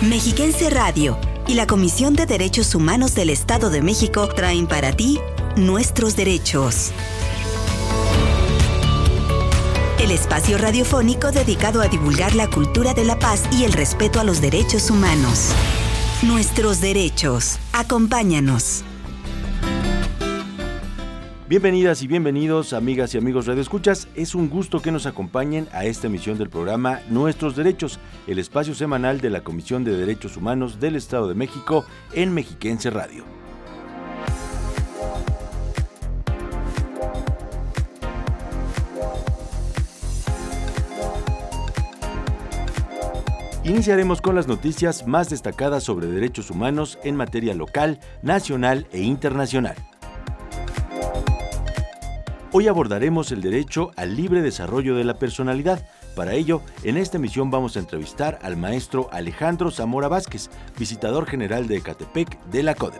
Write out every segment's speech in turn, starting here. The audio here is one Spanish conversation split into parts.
Mexiquense Radio y la Comisión de Derechos Humanos del Estado de México traen para ti Nuestros Derechos. El espacio radiofónico dedicado a divulgar la cultura de la paz y el respeto a los derechos humanos. Nuestros Derechos. Acompáñanos. Bienvenidas y bienvenidos, amigas y amigos radioescuchas. Es un gusto que nos acompañen a esta emisión del programa Nuestros Derechos, el espacio semanal de la Comisión de Derechos Humanos del Estado de México en Mexiquense Radio. Iniciaremos con las noticias más destacadas sobre derechos humanos en materia local, nacional e internacional. Hoy abordaremos el derecho al libre desarrollo de la personalidad. Para ello, en esta emisión vamos a entrevistar al maestro Alejandro Zamora Vázquez, visitador general de Ecatepec de la CODEM.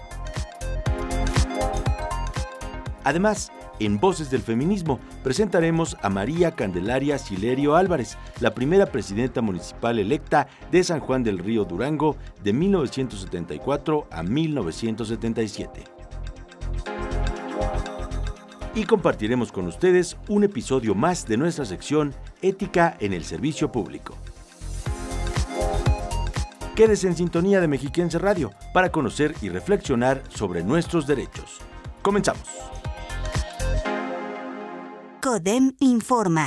Además, en Voces del Feminismo, presentaremos a María Candelaria Silerio Álvarez, la primera presidenta municipal electa de San Juan del Río, Durango, de 1974 a 1977. Y compartiremos con ustedes un episodio más de nuestra sección Ética en el Servicio Público. Quédese en sintonía de Mexiquense Radio para conocer y reflexionar sobre nuestros derechos. Comenzamos. CODEM informa.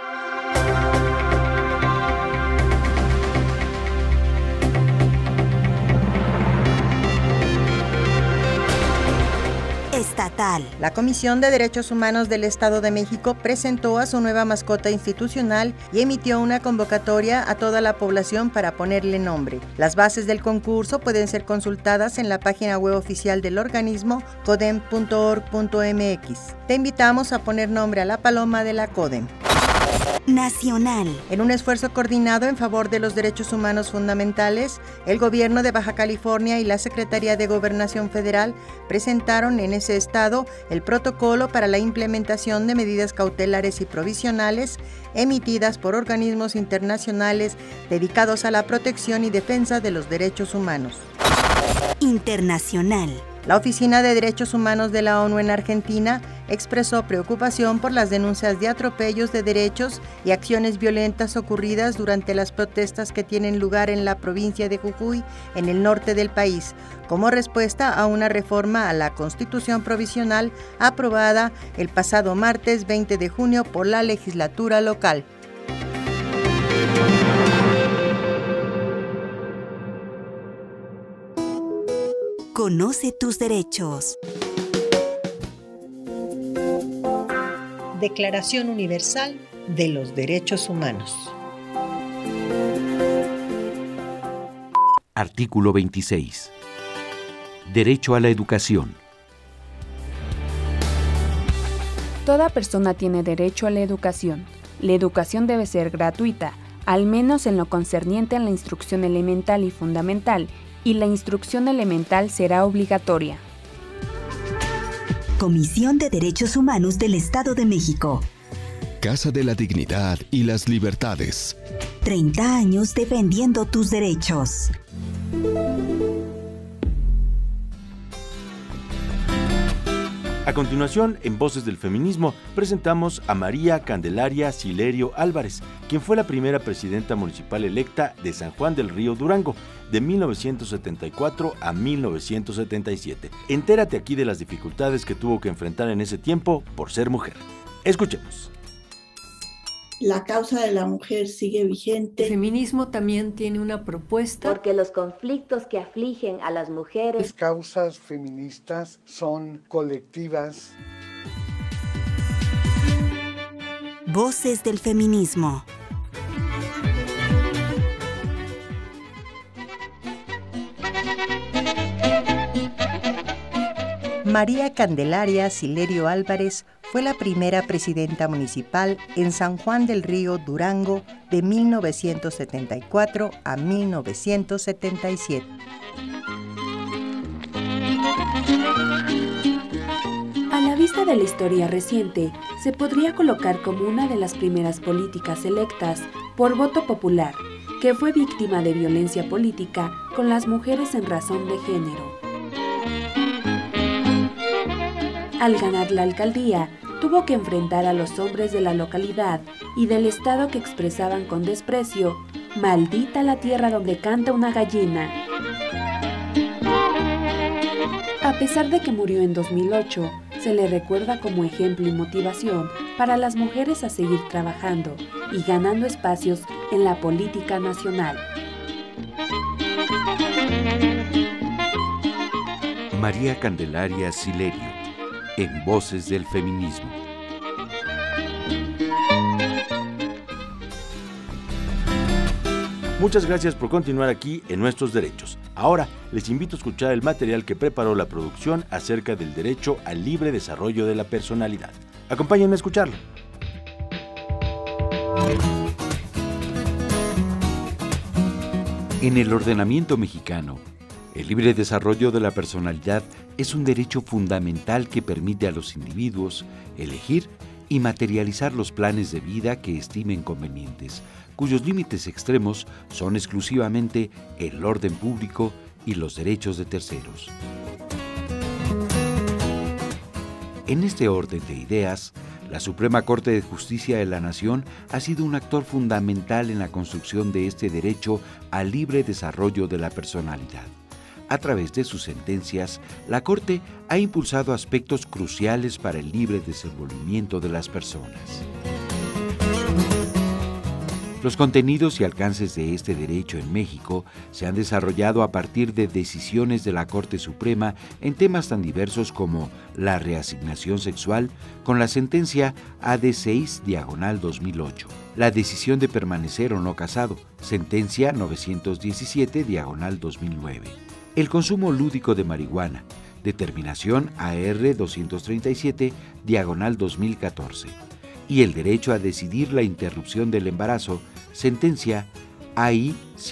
Estatal. La Comisión de Derechos Humanos del Estado de México presentó a su nueva mascota institucional y emitió una convocatoria a toda la población para ponerle nombre. Las bases del concurso pueden ser consultadas en la página web oficial del organismo codem.org.mx. Te invitamos a poner nombre a la paloma de la CODEM. Nacional. En un esfuerzo coordinado en favor de los derechos humanos fundamentales, el Gobierno de Baja California y la Secretaría de Gobernación Federal presentaron en ese estado el protocolo para la implementación de medidas cautelares y provisionales emitidas por organismos internacionales dedicados a la protección y defensa de los derechos humanos. Internacional. La Oficina de Derechos Humanos de la ONU en Argentina expresó preocupación por las denuncias de atropellos de derechos y acciones violentas ocurridas durante las protestas que tienen lugar en la provincia de Jujuy, en el norte del país, como respuesta a una reforma a la Constitución Provisional aprobada el pasado martes 20 de junio por la legislatura local. Conoce tus derechos. Declaración Universal de los Derechos Humanos. Artículo 26. Derecho a la educación. Toda persona tiene derecho a la educación. La educación debe ser gratuita, al menos en lo concerniente a la instrucción elemental y fundamental, y la instrucción elemental será obligatoria. Comisión de Derechos Humanos del Estado de México. Casa de la Dignidad y las Libertades. 30 años defendiendo tus derechos. A continuación, en Voces del Feminismo, presentamos a María Candelaria Silerio Álvarez, quien fue la primera presidenta municipal electa de San Juan del Río, Durango, de 1974 a 1977. Entérate aquí de las dificultades que tuvo que enfrentar en ese tiempo por ser mujer. Escuchemos. La causa de la mujer sigue vigente. El feminismo también tiene una propuesta. Porque los conflictos que afligen a las mujeres. Las causas feministas son colectivas. Voces del Feminismo. María Candelaria Silerio Álvarez fue la primera presidenta municipal en San Juan del Río, Durango, de 1974 a 1977. A la vista de la historia reciente, se podría colocar como una de las primeras políticas electas por voto popular que fue víctima de violencia política con las mujeres en razón de género. Al ganar la alcaldía, tuvo que enfrentar a los hombres de la localidad y del estado que expresaban con desprecio: «Maldita la tierra donde canta una gallina». A pesar de que murió en 2008, se le recuerda como ejemplo y motivación para las mujeres a seguir trabajando y ganando espacios en la política nacional. María Candelaria Silerio, en Voces del Feminismo. Muchas gracias por continuar aquí en Nuestros Derechos. Ahora les invito a escuchar el material que preparó la producción acerca del derecho al libre desarrollo de la personalidad. Acompáñenme a escucharlo. En el ordenamiento mexicano, el libre desarrollo de la personalidad es un derecho fundamental que permite a los individuos elegir y materializar los planes de vida que estimen convenientes, cuyos límites extremos son exclusivamente el orden público y los derechos de terceros. En este orden de ideas, la Suprema Corte de Justicia de la Nación ha sido un actor fundamental en la construcción de este derecho al libre desarrollo de la personalidad. A través de sus sentencias, la Corte ha impulsado aspectos cruciales para el libre desenvolvimiento de las personas. Los contenidos y alcances de este derecho en México se han desarrollado a partir de decisiones de la Corte Suprema en temas tan diversos como la reasignación sexual, con la sentencia AD6/2008, la decisión de permanecer o no casado, sentencia 917/2009, el consumo lúdico de marihuana, determinación AR237/2014, y el derecho a decidir la interrupción del embarazo, sentencia AI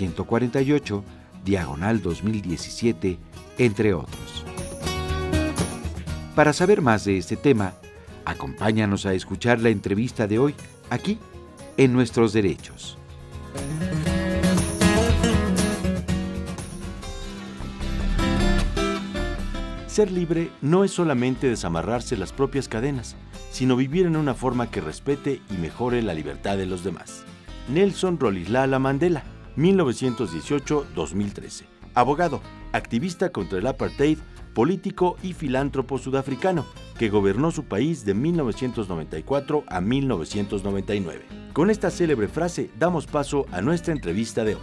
148/2017, entre otros. Para saber más de este tema, acompáñanos a escuchar la entrevista de hoy, aquí, en Nuestros Derechos. Ser libre no es solamente desamarrarse las propias cadenas, sino vivir en una forma que respete y mejore la libertad de los demás. Nelson Rolihlahla Mandela, 1918-2013. Abogado, activista contra el apartheid, político y filántropo sudafricano, que gobernó su país de 1994 a 1999. Con esta célebre frase damos paso a nuestra entrevista de hoy.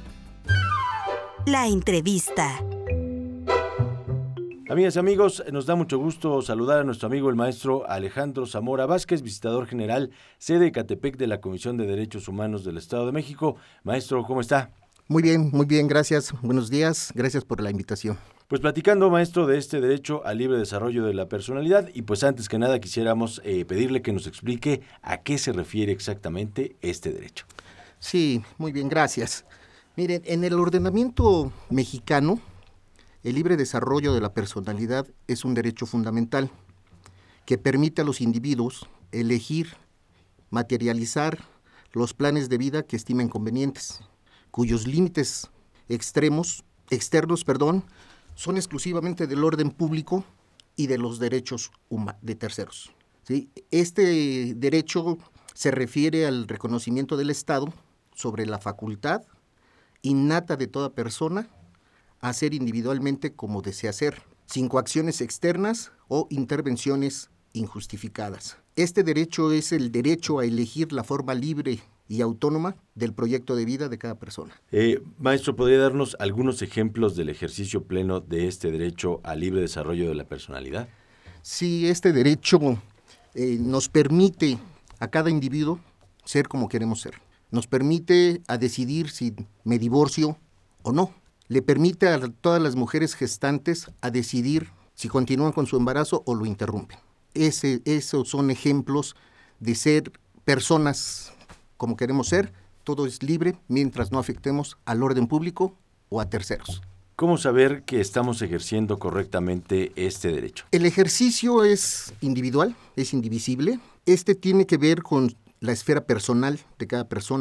La entrevista. Amigas y amigos, nos da mucho gusto saludar a nuestro amigo el maestro Alejandro Zamora Vázquez, visitador general, sede Ecatepec de la Comisión de Derechos Humanos del Estado de México. Maestro, ¿cómo está? Muy bien, gracias. Buenos días, gracias por la invitación. Pues platicando, maestro, de este derecho al libre desarrollo de la personalidad, y pues antes que nada quisiéramos pedirle que nos explique a qué se refiere exactamente este derecho. Sí, muy bien, gracias. Miren, en el ordenamiento mexicano, el libre desarrollo de la personalidad es un derecho fundamental que permite a los individuos elegir, materializar los planes de vida que estimen convenientes, cuyos límites externos, son exclusivamente del orden público y de los derechos de terceros. ¿Sí? Este derecho se refiere al reconocimiento del Estado sobre la facultad innata de toda persona hacer individualmente como desea hacer, sin coacciones externas o intervenciones injustificadas. Este derecho es el derecho a elegir la forma libre y autónoma del proyecto de vida de cada persona. Maestro, ¿podría darnos algunos ejemplos del ejercicio pleno de este derecho al libre desarrollo de la personalidad? Sí, este derecho nos permite a cada individuo ser como queremos ser. Nos permite a decidir si me divorcio o no. Le permite a todas las mujeres gestantes a decidir si continúan con su embarazo o lo interrumpen. Esos son ejemplos de ser personas como queremos ser. Todo es libre mientras no afectemos al orden público o a terceros. ¿Cómo saber que estamos ejerciendo correctamente este derecho? El ejercicio es individual, es indivisible. Este tiene que ver con la esfera personal de cada persona.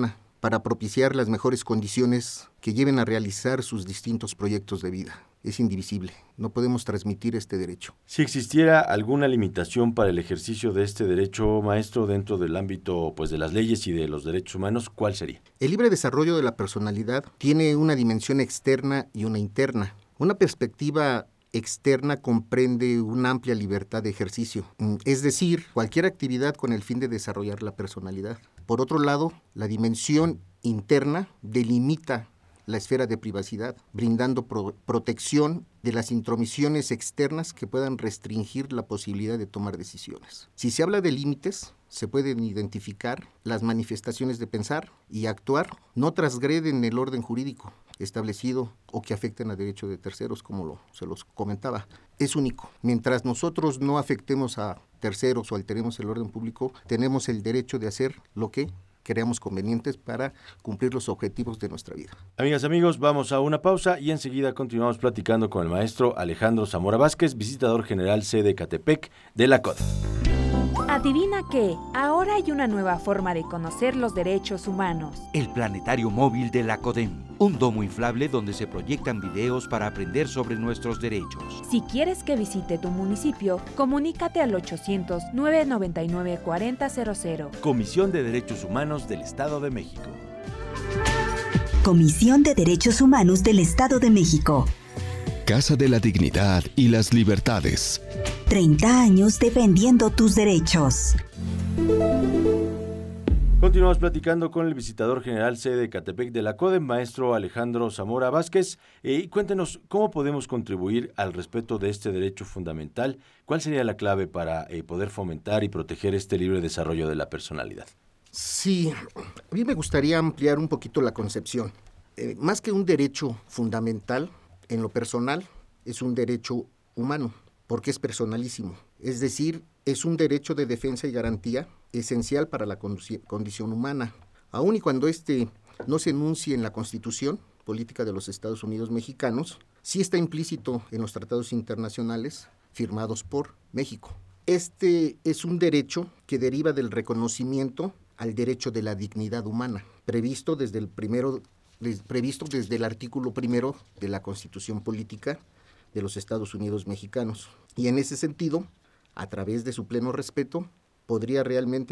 para propiciar las mejores condiciones que lleven a realizar sus distintos proyectos de vida. Es indivisible, no podemos transmitir este derecho. Si existiera alguna limitación para el ejercicio de este derecho, maestro, dentro del ámbito pues, de las leyes y de los derechos humanos, ¿cuál sería? El libre desarrollo de la personalidad tiene una dimensión externa y una interna. Una perspectiva externa comprende una amplia libertad de ejercicio, es decir, cualquier actividad con el fin de desarrollar la personalidad. Por otro lado, la dimensión interna delimita la esfera de privacidad, brindando protección de las intromisiones externas que puedan restringir la posibilidad de tomar decisiones. Si se habla de límites, se pueden identificar las manifestaciones de pensar y actuar no transgreden el orden jurídico establecido o que afecten a derechos de terceros, como se los comentaba. Es único. Mientras nosotros no afectemos a terceros o alteremos el orden público, tenemos el derecho de hacer lo que creamos convenientes para cumplir los objetivos de nuestra vida. Amigas, amigos, vamos a una pausa y enseguida continuamos platicando con el maestro Alejandro Zamora Vázquez, visitador general sede Ecatepec de la CODEM. Adivina qué, ahora hay una nueva forma de conocer los derechos humanos. El planetario móvil de la CODEM, un domo inflable donde se proyectan videos para aprender sobre nuestros derechos. Si quieres que visite tu municipio, comunícate al 800-999-4000. Comisión de Derechos Humanos del Estado de México. Comisión de Derechos Humanos del Estado de México. Casa de la Dignidad y las Libertades. 30 años defendiendo tus derechos. Continuamos platicando con el visitador general sede de Ecatepec de la CODEM, maestro Alejandro Zamora Vázquez. Y cuéntenos, ¿cómo podemos contribuir al respeto de este derecho fundamental? ¿Cuál sería la clave para poder fomentar y proteger este libre desarrollo de la personalidad? Sí, a mí me gustaría ampliar un poquito la concepción. Más que un derecho fundamental, en lo personal, es un derecho humano, porque es personalísimo. Es decir, es un derecho de defensa y garantía esencial para la condición humana. Aun y cuando este no se enuncie en la Constitución Política de los Estados Unidos Mexicanos, sí está implícito en los tratados internacionales firmados por México. Este es un derecho que deriva del reconocimiento al derecho de la dignidad humana, previsto desde el artículo 1 de la Constitución Política de los Estados Unidos Mexicanos. Y en ese sentido, a través de su pleno respeto, podría realmente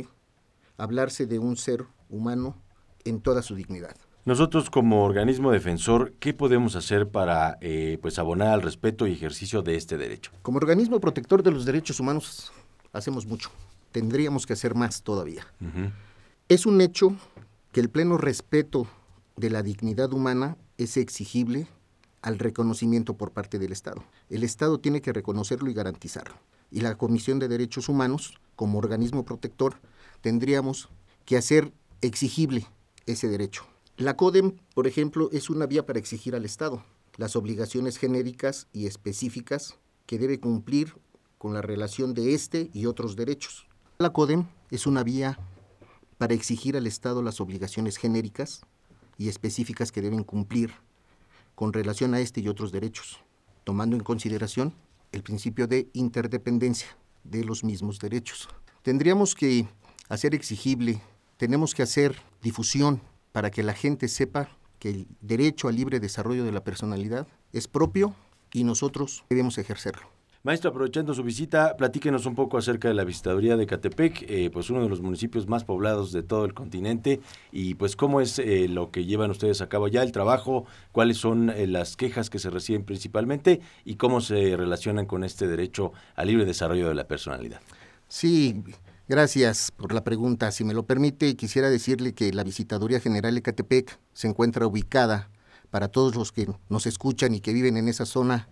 hablarse de un ser humano en toda su dignidad. Nosotros como organismo defensor, ¿qué podemos hacer para abonar al respeto y ejercicio de este derecho? Como organismo protector de los derechos humanos, hacemos mucho. Tendríamos que hacer más todavía. Uh-huh. Es un hecho que el pleno respeto de la dignidad humana es exigible al reconocimiento por parte del Estado. El Estado tiene que reconocerlo y garantizarlo. Y la Comisión de Derechos Humanos, como organismo protector, tendríamos que hacer exigible ese derecho. La CODEM, por ejemplo, es una vía para exigir al Estado las obligaciones genéricas y específicas que debe cumplir con la relación de este y otros derechos. La CODEM es una vía para exigir al Estado las obligaciones genéricas y específicas que deben cumplir con relación a este y otros derechos, tomando en consideración el principio de interdependencia de los mismos derechos. Tendríamos que hacer exigible, tenemos que hacer difusión para que la gente sepa que el derecho al libre desarrollo de la personalidad es propio y nosotros debemos ejercerlo. Maestro, aprovechando su visita, platíquenos un poco acerca de la visitaduría de Ecatepec, pues uno de los municipios más poblados de todo el continente, y pues cómo es lo que llevan ustedes a cabo ya, el trabajo, cuáles son las quejas que se reciben principalmente y cómo se relacionan con este derecho al libre desarrollo de la personalidad. Sí, gracias por la pregunta. Si me lo permite, quisiera decirle que la Visitaduría General de Ecatepec se encuentra ubicada, para todos los que nos escuchan y que viven en esa zona,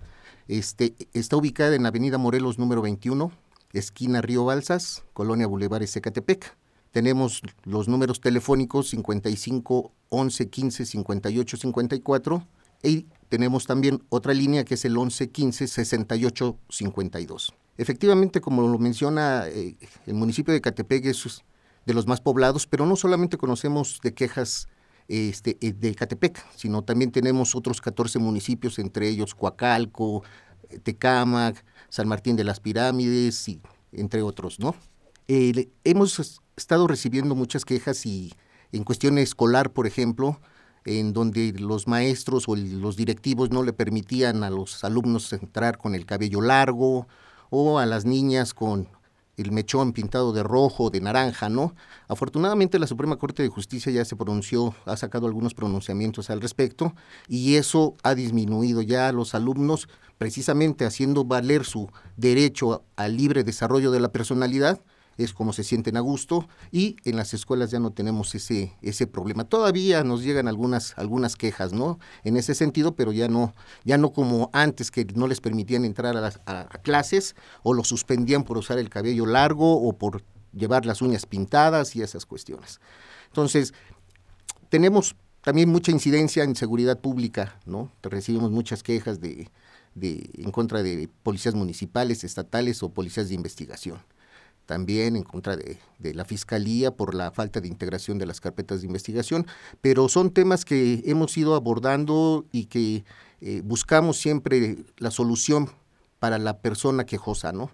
está ubicada en Avenida Morelos número 21, esquina Río Balsas, Colonia Bulevares, Ecatepec. Tenemos los números telefónicos 55 11 15 58 54 y tenemos también otra línea que es el 11 15 68 52. Efectivamente, como lo menciona, el municipio de Ecatepec es de los más poblados, pero no solamente conocemos de quejas de Ecatepec, sino también tenemos otros 14 municipios, entre ellos Coacalco, Tecámac, San Martín de las Pirámides, y entre otros, ¿no? Hemos estado recibiendo muchas quejas y en cuestión escolar, por ejemplo, en donde los maestros o los directivos no le permitían a los alumnos entrar con el cabello largo, o a las niñas con el mechón pintado de rojo o de naranja, ¿no? Afortunadamente la Suprema Corte de Justicia ya se pronunció, ha sacado algunos pronunciamientos al respecto, y eso ha disminuido ya a los alumnos, precisamente haciendo valer su derecho al libre desarrollo de la personalidad, es como se sienten a gusto, y en las escuelas ya no tenemos ese problema. Todavía nos llegan algunas quejas, ¿no? En ese sentido, pero ya no como antes, que no les permitían entrar a clases, o los suspendían por usar el cabello largo o por llevar las uñas pintadas y esas cuestiones. Entonces, tenemos también mucha incidencia en seguridad pública, ¿no? Recibimos muchas quejas en contra de policías municipales, estatales o policías de investigación. También en contra de la Fiscalía por la falta de integración de las carpetas de investigación, pero son temas que hemos ido abordando y que buscamos siempre la solución para la persona quejosa, ¿no?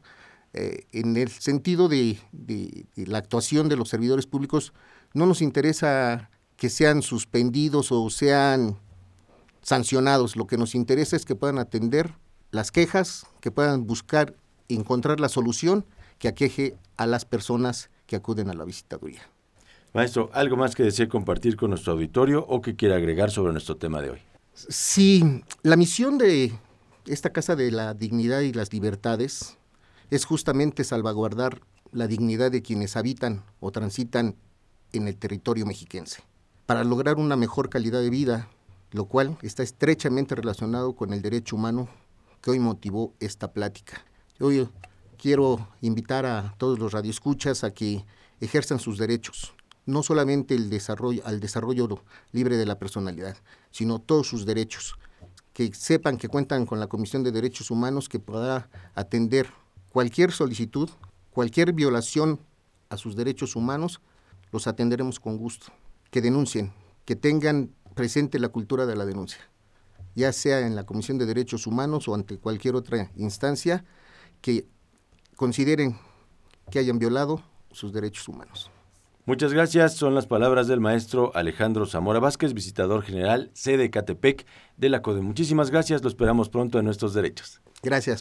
En el sentido de la actuación de los servidores públicos, no nos interesa que sean suspendidos o sean sancionados, lo que nos interesa es que puedan atender las quejas, que puedan buscar y encontrar la solución que aqueje a las personas que acuden a la visitaduría. Maestro, ¿algo más que desee compartir con nuestro auditorio o que quiera agregar sobre nuestro tema de hoy? Sí, la misión de esta Casa de la Dignidad y las Libertades es justamente salvaguardar la dignidad de quienes habitan o transitan en el territorio mexiquense, para lograr una mejor calidad de vida, lo cual está estrechamente relacionado con el derecho humano que hoy motivó esta plática. Hoy quiero invitar a todos los radioescuchas a que ejerzan sus derechos, no solamente al desarrollo libre de la personalidad, sino todos sus derechos, que sepan que cuentan con la Comisión de Derechos Humanos que podrá atender cualquier solicitud, cualquier violación a sus derechos humanos, los atenderemos con gusto, que denuncien, que tengan presente la cultura de la denuncia, ya sea en la Comisión de Derechos Humanos o ante cualquier otra instancia que consideren que hayan violado sus derechos humanos. Muchas gracias, son las palabras del maestro Alejandro Zamora Vázquez, visitador general sede Ecatepec de la CODE. Muchísimas gracias, lo esperamos pronto en Nuestros Derechos. Gracias.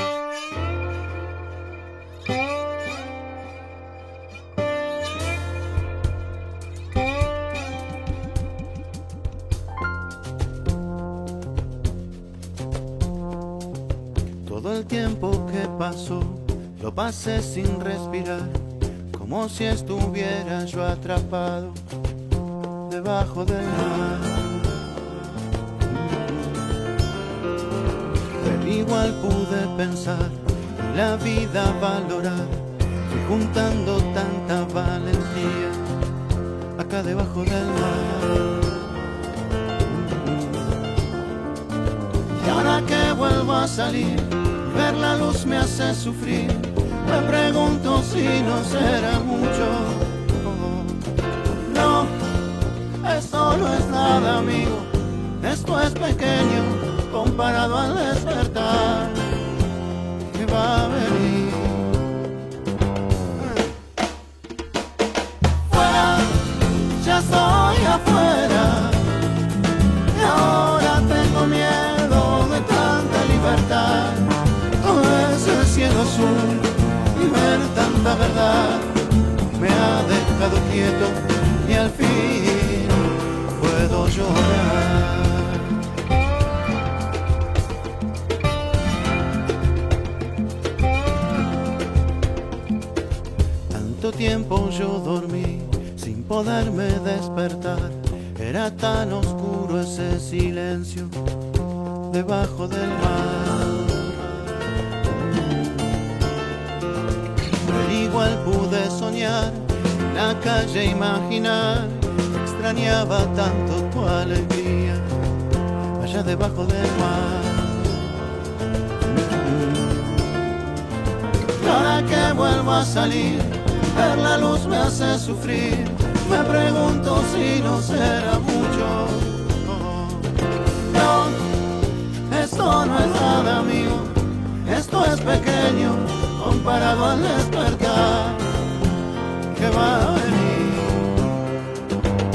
Todo el tiempo que pasó lo pasé sin respirar, como si estuviera yo atrapado debajo del mar. Pero igual pude pensar y la vida valorar, y juntando tanta valentía acá debajo del mar. Y ahora que vuelvo a salir, ver la luz me hace sufrir. Me pregunto si no será mucho. No, esto no es nada, amigo. Esto es pequeño comparado al despertar que va a venir. Fuera, ya estoy afuera. Y ahora tengo miedo de tanta libertad. Todo ese cielo azul y ver tanta verdad me ha dejado quieto y al fin puedo llorar. Tanto tiempo yo dormí sin poderme despertar, era tan oscuro ese silencio debajo del mar. Igual pude soñar, en la calle imaginar, extrañaba tanto tu alegría, allá debajo del mar. Y ahora que vuelvo a salir, ver la luz me hace sufrir, me pregunto si no será mucho. No, esto no es nada, amigo, esto es pequeño comparado al despertar que va a venir.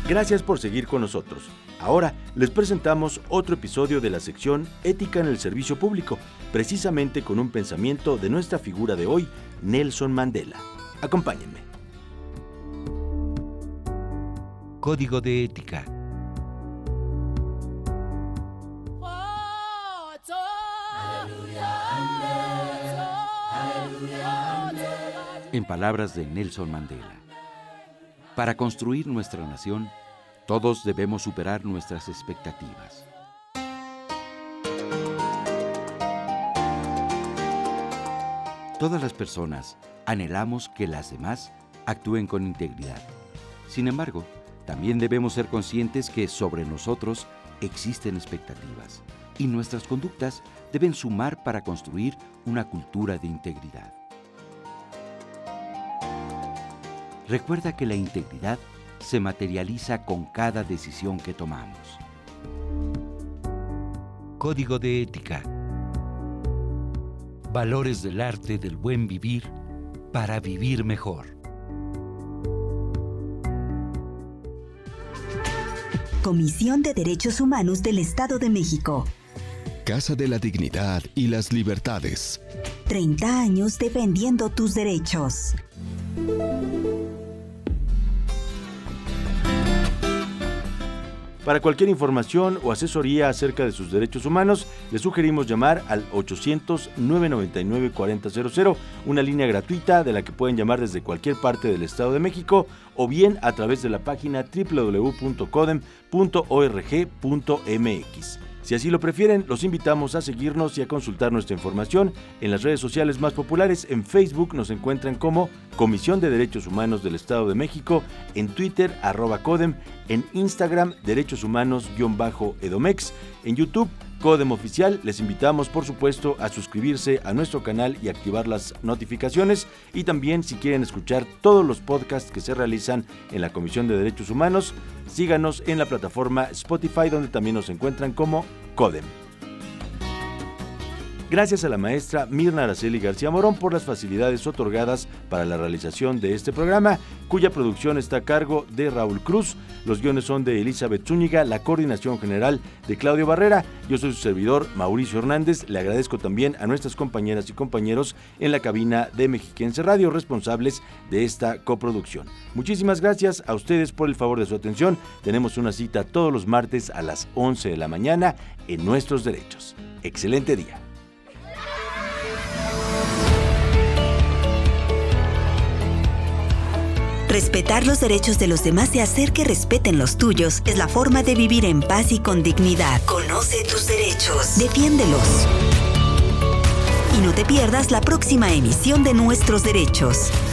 Gracias por seguir con nosotros. Ahora les presentamos otro episodio de la sección Ética en el Servicio Público, precisamente con un pensamiento de nuestra figura de hoy, Nelson Mandela. Acompáñenme. Código de ética. En palabras de Nelson Mandela, para construir nuestra nación, todos debemos superar nuestras expectativas. Todas las personas anhelamos que las demás actúen con integridad. Sin embargo, también debemos ser conscientes que sobre nosotros existen expectativas y nuestras conductas deben sumar para construir una cultura de integridad. Recuerda que la integridad se materializa con cada decisión que tomamos. Código de ética. Valores del arte del buen vivir para vivir mejor. Comisión de Derechos Humanos del Estado de México. Casa de la Dignidad y las Libertades. 30 años defendiendo tus derechos. Para cualquier información o asesoría acerca de sus derechos humanos, les sugerimos llamar al 800-999-4000, una línea gratuita de la que pueden llamar desde cualquier parte del Estado de México o bien a través de la página www.codem.org.mx. Si así lo prefieren, los invitamos a seguirnos y a consultar nuestra información en las redes sociales más populares. En Facebook nos encuentran como Comisión de Derechos Humanos del Estado de México, en Twitter @Codem, en Instagram Derechos Humanos_Edomex, en YouTube Codem Oficial. Les invitamos, por supuesto, a suscribirse a nuestro canal y activar las notificaciones. Y también, si quieren escuchar todos los podcasts que se realizan en la Comisión de Derechos Humanos, síganos en la plataforma Spotify, donde también nos encuentran como Codem. Gracias a la maestra Mirna Araceli García Morón por las facilidades otorgadas para la realización de este programa, cuya producción está a cargo de Raúl Cruz. Los guiones son de Elizabeth Zúñiga, la coordinación general de Claudio Barrera. Yo soy su servidor, Mauricio Hernández. Le agradezco también a nuestras compañeras y compañeros en la cabina de Mexiquense Radio, responsables de esta coproducción. Muchísimas gracias a ustedes por el favor de su atención. Tenemos una cita todos los martes a las 11 de la mañana en Nuestros Derechos. Excelente día. Respetar los derechos de los demás y hacer que respeten los tuyos es la forma de vivir en paz y con dignidad. Conoce tus derechos. Defiéndelos. Y no te pierdas la próxima emisión de Nuestros Derechos.